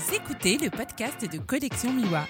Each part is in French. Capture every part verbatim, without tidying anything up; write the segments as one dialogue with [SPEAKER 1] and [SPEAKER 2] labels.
[SPEAKER 1] Vous écoutez le podcast de Collection Miwa.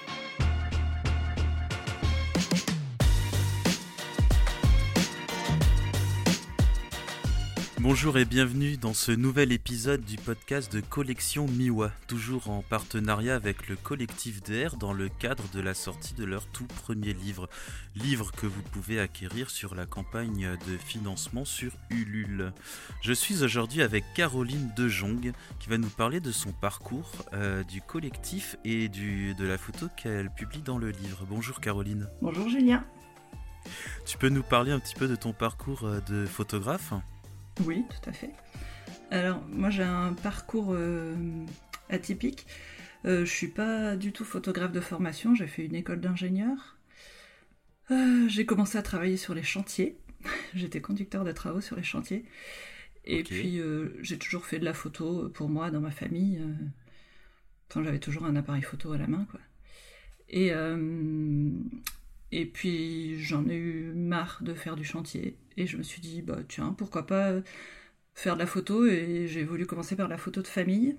[SPEAKER 2] Bonjour et bienvenue dans ce nouvel épisode du podcast de Collection Miwa, toujours en partenariat avec le collectif D R dans le cadre de la sortie de leur tout premier livre. Livre que vous pouvez acquérir sur la campagne de financement sur Ulule. Je suis aujourd'hui avec Caroline Dejong qui va nous parler de son parcours, euh, du collectif et du, de la photo qu'elle publie dans le livre. Bonjour Caroline.
[SPEAKER 3] Bonjour Julien.
[SPEAKER 2] Tu peux nous parler un petit peu de ton parcours de photographe ?
[SPEAKER 3] Oui, tout à fait. Alors, moi j'ai un parcours euh, atypique. Euh, je suis pas du tout photographe de formation, j'ai fait une école d'ingénieur. Euh, j'ai commencé à travailler sur les chantiers. J'étais conducteur de travaux sur les chantiers. Et okay. puis, euh, j'ai toujours fait de la photo pour moi, dans ma famille. Euh... Enfin, j'avais toujours un appareil photo à la main, quoi. Et, euh... Et puis, j'en ai eu marre de faire du chantier. Et je me suis dit, bah tiens, pourquoi pas faire de la photo. Et j'ai voulu commencer par la photo de famille,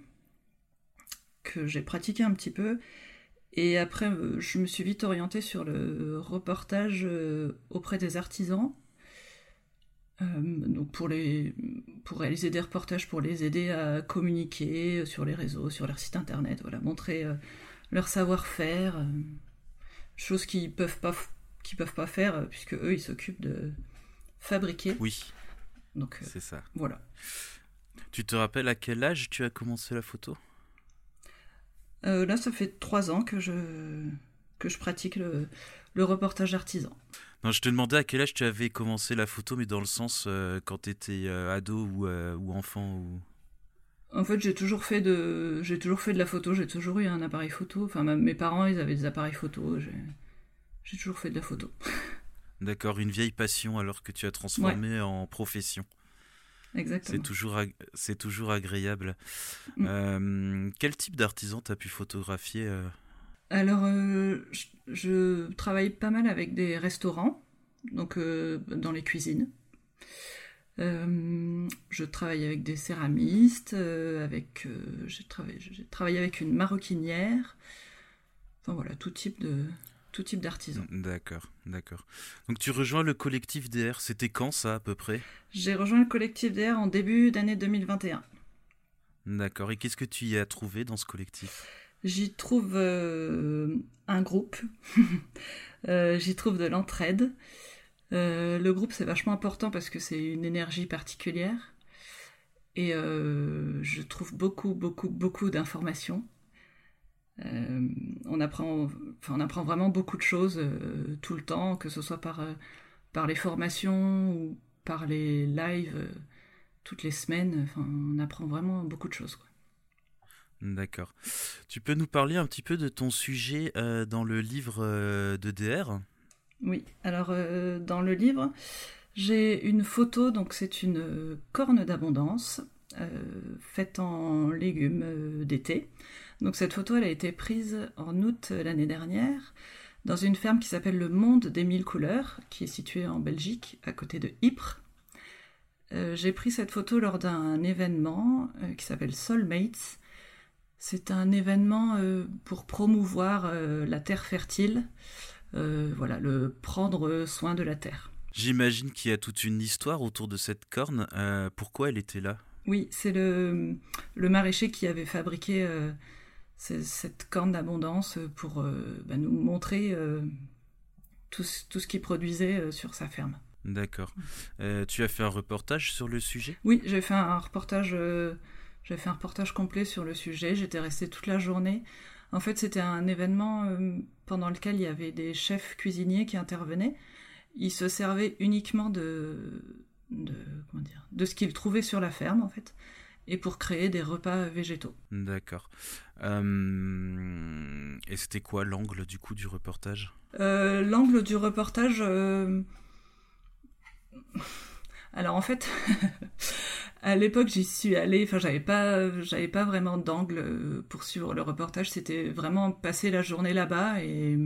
[SPEAKER 3] que j'ai pratiqué un petit peu. Et après, je me suis vite orientée sur le reportage auprès des artisans. Euh, donc pour, les, pour réaliser des reportages, pour les aider à communiquer sur les réseaux, sur leur site internet, voilà, montrer euh, leur savoir-faire, euh, choses qu'ils peuvent pas, qu'ils peuvent pas faire, euh, puisque eux, ils s'occupent de fabriquer.
[SPEAKER 2] Oui,
[SPEAKER 3] donc, euh,
[SPEAKER 2] c'est ça.
[SPEAKER 3] Voilà.
[SPEAKER 2] Tu te rappelles à quel âge tu as commencé la photo ?
[SPEAKER 3] euh, Là, ça fait trois ans que je, que je pratique le, le reportage artisan.
[SPEAKER 2] Non, je te demandais à quel âge tu avais commencé la photo, mais dans le sens euh, quand tu étais euh, ado ou, euh, ou enfant ou...
[SPEAKER 3] En fait, j'ai toujours fait de, j'ai toujours fait de la photo, j'ai toujours eu un appareil photo. Enfin, ma, mes parents, ils avaient des appareils photo. J'ai, j'ai toujours fait de la photo.
[SPEAKER 2] D'accord, une vieille passion alors que tu as transformé ouais. en profession.
[SPEAKER 3] Exactement.
[SPEAKER 2] C'est toujours, ag- c'est toujours agréable. Mm. Euh, quel type d'artisan tu as pu photographier euh...
[SPEAKER 3] Alors, euh, je, je travaille pas mal avec des restaurants, donc euh, dans les cuisines. Euh, je travaille avec des céramistes, euh, avec, euh, j'ai, travaillé, j'ai travaillé avec une maroquinière. Enfin voilà, tout type de... tout type d'artisan.
[SPEAKER 2] D'accord, d'accord. Donc tu rejoins le collectif D R, c'était quand ça à peu près ?
[SPEAKER 3] J'ai rejoint le collectif D R en début d'année deux mille vingt et un.
[SPEAKER 2] D'accord, et qu'est-ce que tu y as trouvé dans ce collectif ?
[SPEAKER 3] J'y trouve euh, un groupe, euh, j'y trouve de l'entraide. Euh, le groupe c'est vachement important parce que c'est une énergie particulière. Et euh, je trouve beaucoup, beaucoup, beaucoup d'informations. Euh, on apprend, enfin, on apprend vraiment beaucoup de choses euh, tout le temps, que ce soit par, euh, par les formations ou par les lives euh, toutes les semaines. Enfin, on apprend vraiment beaucoup de choses, quoi.
[SPEAKER 2] D'accord. Tu peux nous parler un petit peu de ton sujet euh, dans le livre euh, de D R ?
[SPEAKER 3] Oui, alors euh, dans le livre, j'ai une photo, donc c'est une euh, corne d'abondance euh, faite en légumes euh, d'été. Donc cette photo, elle a été prise en août l'année dernière dans une ferme qui s'appelle le Monde des Mille Couleurs, qui est située en Belgique, à côté de Ypres. Euh, j'ai pris cette photo lors d'un événement euh, qui s'appelle Soulmates. C'est un événement euh, pour promouvoir euh, la terre fertile, euh, voilà, le prendre soin de la terre.
[SPEAKER 2] J'imagine qu'il y a toute une histoire autour de cette corne. Euh, pourquoi elle était là ?
[SPEAKER 3] Oui, c'est le, le maraîcher qui avait fabriqué euh, cette corne d'abondance pour euh, bah, nous montrer euh, tout, tout ce qu'il produisait euh, sur sa ferme.
[SPEAKER 2] D'accord. Euh, tu as fait un reportage sur le sujet ?
[SPEAKER 3] Oui, j'ai fait un reportage, euh, j'ai fait un reportage complet sur le sujet. J'étais restée toute la journée. En fait, c'était un événement euh, pendant lequel il y avait des chefs cuisiniers qui intervenaient. Ils se servaient uniquement de, de, comment dire, de ce qu'ils trouvaient sur la ferme, en fait, et pour créer des repas végétaux.
[SPEAKER 2] D'accord. Euh... Et c'était quoi l'angle du coup du reportage ?
[SPEAKER 3] euh, L'angle du reportage... Euh... Alors en fait, à l'époque j'y suis allée, enfin j'avais pas, j'avais pas vraiment d'angle pour suivre le reportage, c'était vraiment passer la journée là-bas et,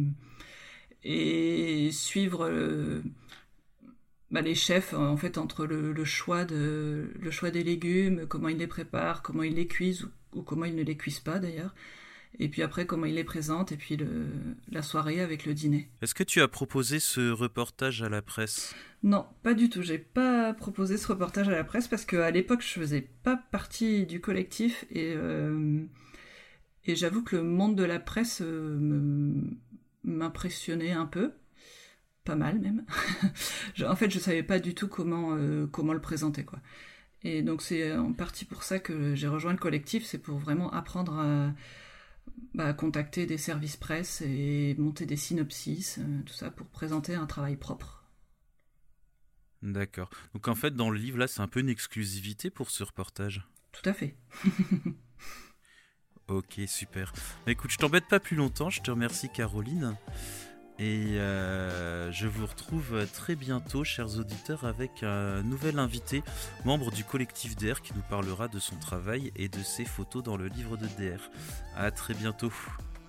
[SPEAKER 3] et suivre euh, bah, les chefs en fait entre le, le, choix de, le choix des légumes, comment ils les préparent, comment ils les cuisent ou, ou comment ils ne les cuisent pas d'ailleurs, Et puis après, comment il les présente, et puis le, la soirée avec le dîner.
[SPEAKER 2] Est-ce que tu as proposé ce reportage à la presse ?
[SPEAKER 3] Non, pas du tout. J'ai pas proposé ce reportage à la presse parce qu'à l'époque, je faisais pas partie du collectif et, euh, et j'avoue que le monde de la presse euh, me, m'impressionnait un peu. Pas mal même. En fait, je savais pas du tout comment, euh, comment le présenter, quoi. Et donc c'est en partie pour ça que j'ai rejoint le collectif, c'est pour vraiment apprendre à, bah, à contacter des services presse et monter des synopsis, euh, tout ça pour présenter un travail propre.
[SPEAKER 2] D'accord. Donc en fait, dans le livre, là, c'est un peu une exclusivité pour ce reportage.
[SPEAKER 3] Tout à fait.
[SPEAKER 2] Ok, super. Bah, écoute, je t'embête pas plus longtemps, je te remercie Caroline. Et euh, je vous retrouve très bientôt, chers auditeurs, avec un nouvel invité, membre du collectif D R, qui nous parlera de son travail et de ses photos dans le livre de D R. À très bientôt.